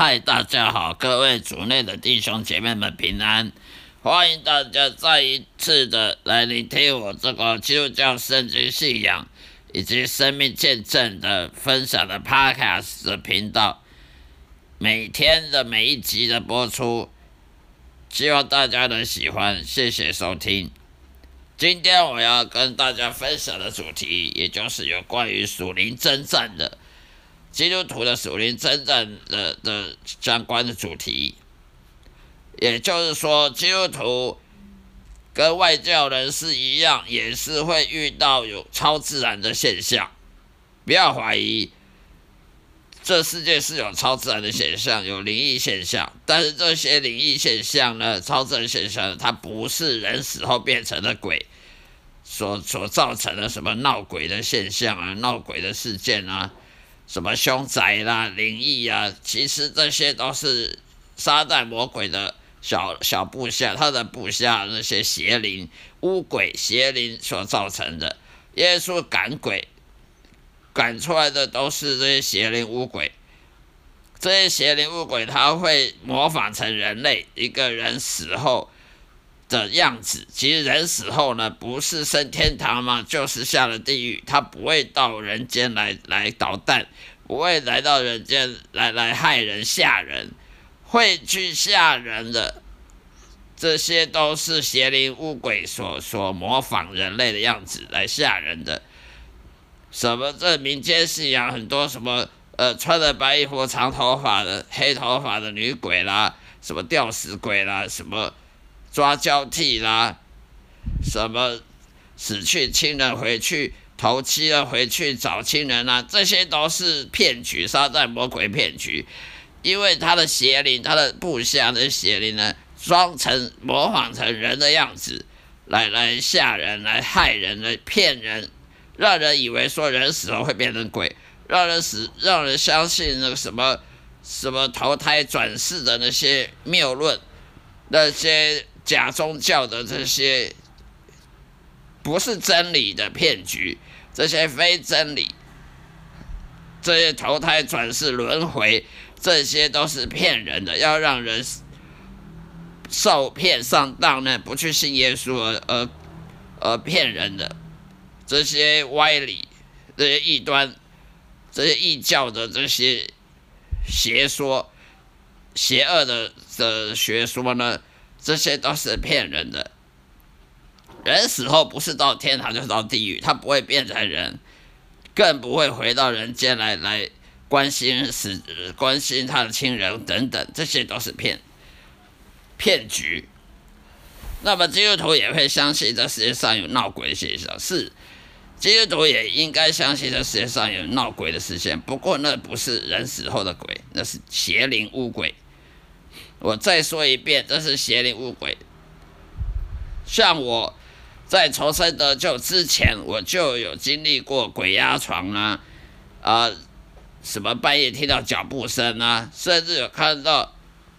嗨，大家好，各位主内的弟兄姐妹们平安，欢迎大家再一次的来聆听我这个基督教圣经信仰以及生命见证的分享的 Podcast 的频道，每天的每一集的播出，希望大家能喜欢，谢谢收听。今天我要跟大家分享的主题，也就是有关于属灵征战的基督徒的属灵征战的相关的主题，也就是说，基督徒跟外教人士一样，也是会遇到有超自然的现象。不要怀疑，这世界是有超自然的现象，有灵异现象，但是这些灵异现象呢，超自然现象呢，它不是人死后变成的鬼所造成的什么闹鬼的现象啊、闹鬼的事件啊。什么凶宅啦、灵异啊，其实这些都是撒旦魔鬼的小部下，他的部下那些邪灵、污鬼、邪灵所造成的。耶稣赶鬼，赶出来的都是这些邪灵、污鬼。这些邪灵、污鬼，他会模仿成人类一个人死后的样子。其实人死后呢，不是升天堂嘛，就是下了地狱。他不会到人间来捣蛋，不会来到人间来害人吓人，会去吓人的。这些都是邪灵污鬼所模仿人类的样子来吓人的。什么这民间信仰很多什么穿着白衣服、长头发的、黑头发的女鬼啦，什么吊死鬼啦，什么抓交替啦，什么死去亲人回去头七了回去找亲人啊，这些都是骗局，撒旦魔鬼骗局。因为他的邪灵，他的部下的邪灵呢，模仿成人的样子，来吓人，来害人，来骗人，让人以为说人死了会变成鬼，让人相信那个什么投胎转世的那些谬论，那些假宗教的这些不是真理的骗局，这些非真理，这些投胎转世轮回，这些都是骗人的，要让人受骗上当呢，不去信耶稣而骗人的这些歪理，这些异端，这些异教的这些邪说、邪恶的学说呢，这些都是骗人的。人死后不是到天堂就是到地狱，他不会变成人，更不会回到人间来关心他的亲人等等，这些都是骗局。那么基督徒也会相信这世界上有闹鬼的现象，是基督徒也应该相信这世界上有闹鬼的事件，不过那不是人死后的鬼，那是邪灵污鬼。我再说一遍，这是邪灵污鬼。像我在重生得救之前，我就有经历过鬼压床啊，什么半夜听到脚步声啊，甚至有看到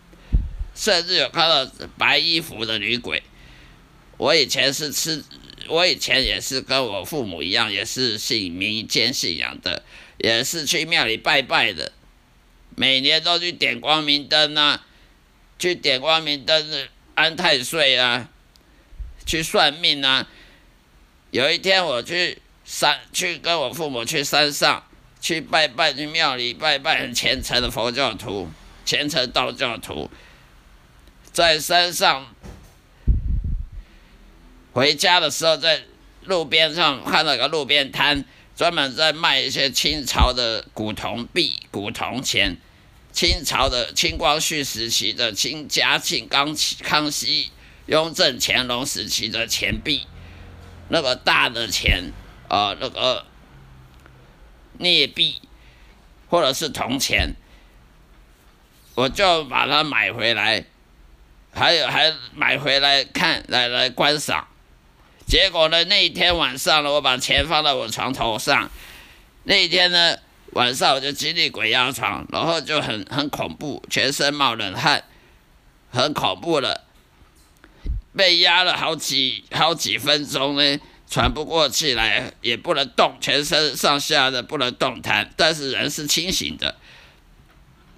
白衣服的女鬼。我以前也是跟我父母一样，也是信民间信仰的，也是去庙里拜拜的，每年都去点光明灯啊，去点光明灯安太岁啊，去算命啊。有一天我去跟我父母去山上去拜拜，去庙里拜拜，很虔诚的佛教徒、虔诚道教徒，在山上回家的时候，在路边上看到个路边摊，专门在卖一些清朝的古铜币、古铜钱，清朝的清光绪时期的嘉庆、康熙、雍正、乾隆时期的钱币，那个大的钱那个镍币或者是铜钱，我就把它买回来，还买回来看，来观赏。结果呢，那一天晚上呢，我把钱放到我床头上。那一天呢，晚上我就经历鬼压床，然后就很恐怖，全身冒冷汗，很恐怖了。被压了好几分钟呢，喘不过气来，也不能动，全身上下的不能动弹，但是人是清醒的。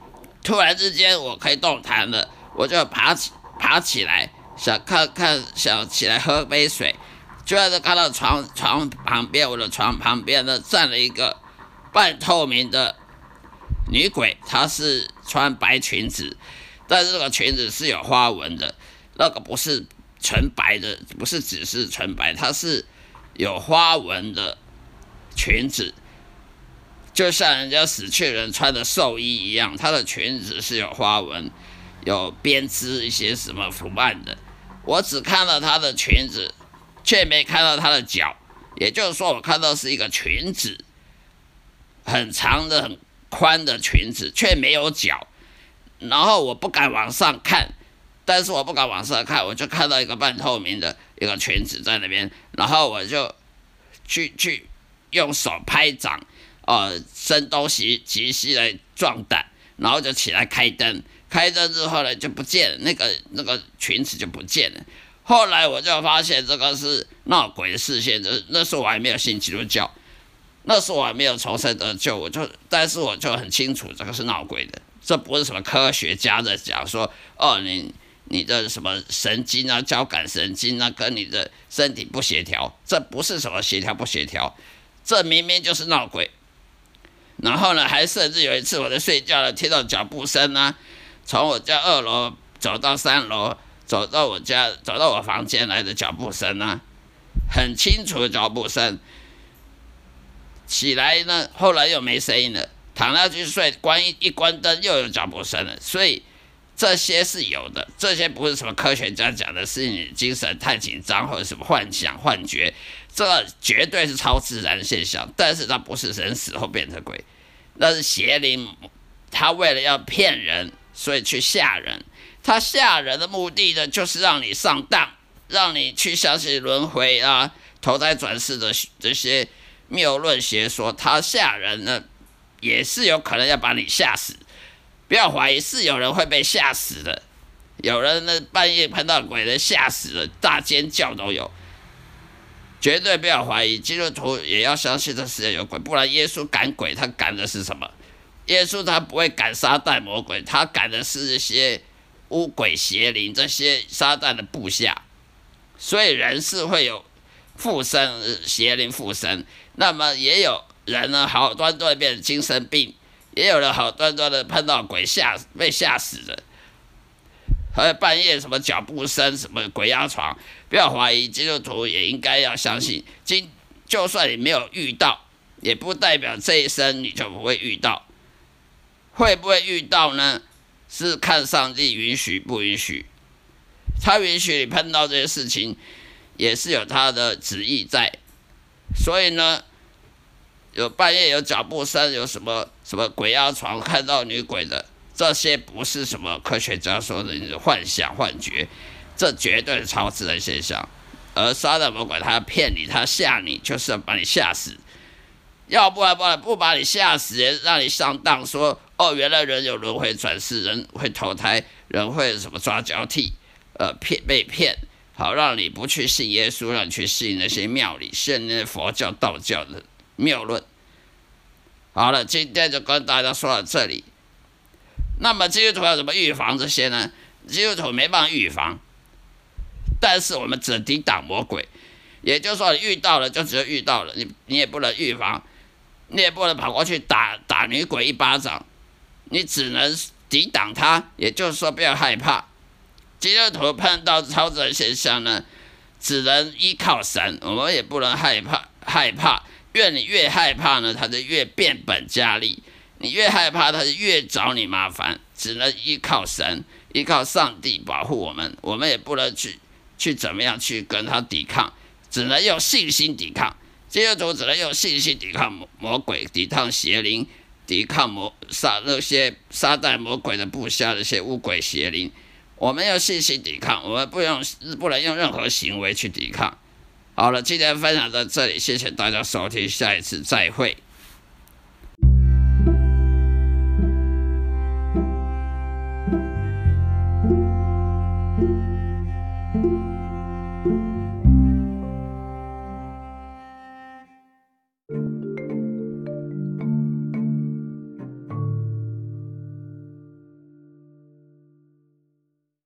突然之间我可以动弹了，我就爬起来，想起来喝杯水，就在这看到床旁边，我的床旁边呢站了一个半透明的女鬼，她是穿白裙子，但是这个裙子是有花纹的，那个不是纯白的，不是只是纯白，它是有花纹的裙子，就像人家死去人穿的寿衣一样，她的裙子是有花纹，有编织一些什么图案的。我只看到她的裙子，却没看到她的脚，也就是说，我看到是一个裙子，很长的、很宽的裙子，却没有脚。然后我不敢往上看，但是我不敢往上看，我就看到一个半透明的一个裙子在那边，然后我就去用手拍掌，声东击西来壮胆，然后就起来开灯。开灯之后呢，就不见了，那个裙子就不见了。后来我就发现这个是闹鬼的视线，那时候我还没有信基督教，那时候我还没有重生得救，但是我就很清楚这个是闹鬼的，这不是什么科学家在讲说，你的什么神经啊、交感神经啊，跟你的身体不协调，这不是什么协调不协调，这明明就是闹鬼。然后呢，还甚至有一次我在睡觉了，听到脚步声啊，从我家2楼走到3楼，走到我房间来的脚步声啊，很清楚的脚步声。起来呢，后来又没声音了，躺下去睡，一关灯又有脚步声了。所以这些是有的，这些不是什么科学家讲的，是你精神太紧张或者什么幻想、幻觉，这个绝对是超自然的现象。但是它不是人死后变成鬼，那是邪灵，他为了要骗人，所以去吓人。他吓人的目的呢，就是让你上当，让你去相信轮回啊、投胎转世的这些谬论邪说。他吓人呢，也是有可能要把你吓死。不要怀疑，是有人会被吓死的，有人呢半夜碰到鬼人吓死了，大尖叫都有。绝对不要怀疑，基督徒也要相信这世界有鬼，不然耶稣赶鬼，他赶的是什么？耶稣他不会赶撒旦魔鬼，他赶的是这些污鬼邪灵，这些撒旦的部下。所以人是会有附身，邪灵附身。那么也有人呢，好端端变成精神病，也有人好端端的碰到鬼被吓死的。还有半夜什么脚步声，什么鬼压床，不要怀疑，基督徒也应该要相信。就算你没有遇到，也不代表这一生你就不会遇到。会不会遇到呢？是看上帝允许不允许。他允许你碰到这些事情，也是有他的旨意在。所以呢，有半夜有脚步声，有什么鬼压床，看到女鬼的，这些不是什么科学家说的幻想幻觉，这绝对是超自然现象。而撒旦魔鬼他要骗你，他吓你，就是要把你吓死。要不然不把你吓死，也让你上当说，原来人有轮回转世，人会投胎，人会什么抓交替，被骗，好让你不去信耶稣，让你去信那些庙里、信那些佛教、道教的谬论。好了，今天就跟大家说到这里。那么基督徒要怎么预防这些呢？基督徒没办法预防，但是我们只能抵挡魔鬼。也就是说，你遇到了就只有遇到了，你也不能预防，你也不能跑过去打女鬼一巴掌，你只能抵挡它。也就是说，不要害怕。基督徒碰到超自然现象呢，只能依靠神，我们也不能害怕。你越害怕呢，他就越变本加厉。你越害怕，他就越找你麻烦。只能依靠神，依靠上帝保护我们。我们也不能去怎么样去跟他抵抗，只能用信心抵抗。基督徒只能用信心抵抗魔鬼，抵抗邪灵，抵抗那些撒旦魔鬼的部下，那些污鬼邪灵。我们用信心抵抗，我们不能用任何行为去抵抗。好了，今天分享到这里，谢谢大家收听，下一次再会。